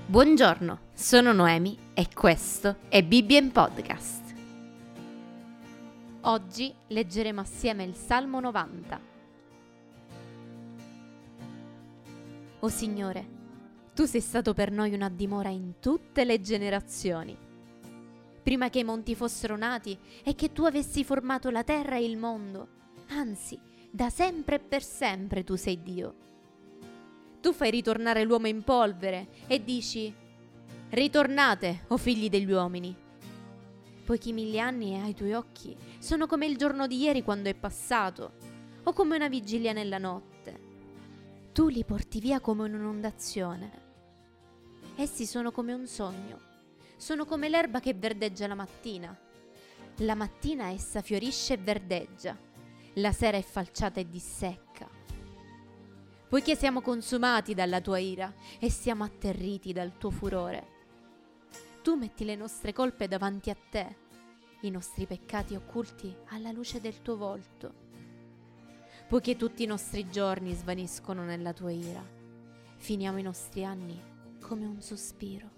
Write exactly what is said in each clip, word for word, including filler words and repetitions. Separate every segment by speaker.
Speaker 1: Buongiorno, sono Noemi e questo è Bibbia in Podcast. Oggi leggeremo assieme il Salmo novanta. O Signore, Tu sei stato per noi una dimora in tutte le generazioni. Prima che i monti fossero nati e che Tu avessi formato la terra e il mondo, anzi, da sempre e per sempre Tu sei Dio. Tu fai ritornare l'uomo in polvere e dici: ritornate, o figli degli uomini. Poiché mille anni ai tuoi occhi sono come il giorno di ieri quando è passato, o come una vigilia nella notte. Tu li porti via come un'inondazione. Essi sono come un sogno, sono come l'erba che verdeggia la mattina. La mattina essa fiorisce e verdeggia, la sera è falciata e dissecca. Poiché siamo consumati dalla tua ira e siamo atterriti dal tuo furore. Tu metti le nostre colpe davanti a te, i nostri peccati occulti alla luce del tuo volto. Poiché tutti i nostri giorni svaniscono nella tua ira, finiamo i nostri anni come un sospiro.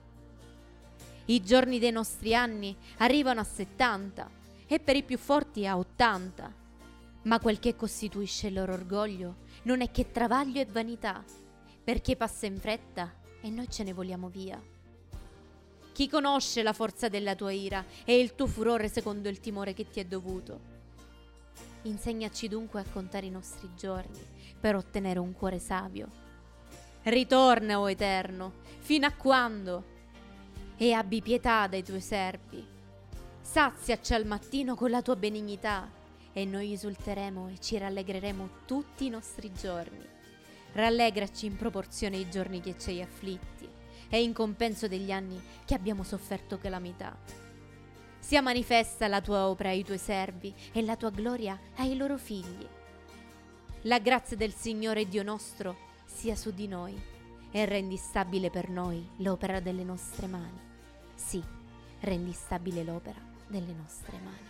Speaker 1: I giorni dei nostri anni arrivano a settanta e per i più forti a ottanta. Ma quel che costituisce il loro orgoglio non è che travaglio e vanità, perché passa in fretta e noi ce ne voliamo via. Chi conosce la forza della tua ira e il tuo furore secondo il timore che ti è dovuto? Insegnaci dunque a contare i nostri giorni per ottenere un cuore savio. Ritorna, o Eterno, fino a quando? E abbi pietà dei tuoi servi. Saziaci al mattino con la tua benignità e noi esulteremo e ci rallegreremo tutti i nostri giorni. Rallegraci in proporzione ai giorni che ci hai afflitti e in compenso degli anni che abbiamo sofferto calamità. Sia manifesta la tua opera ai tuoi servi e la tua gloria ai loro figli. La grazia del Signore Dio nostro sia su di noi e rendi stabile per noi l'opera delle nostre mani. Sì, rendi stabile l'opera delle nostre mani.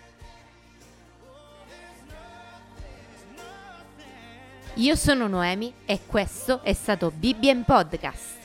Speaker 1: Io sono Noemi e questo è stato Bibbia in Podcast.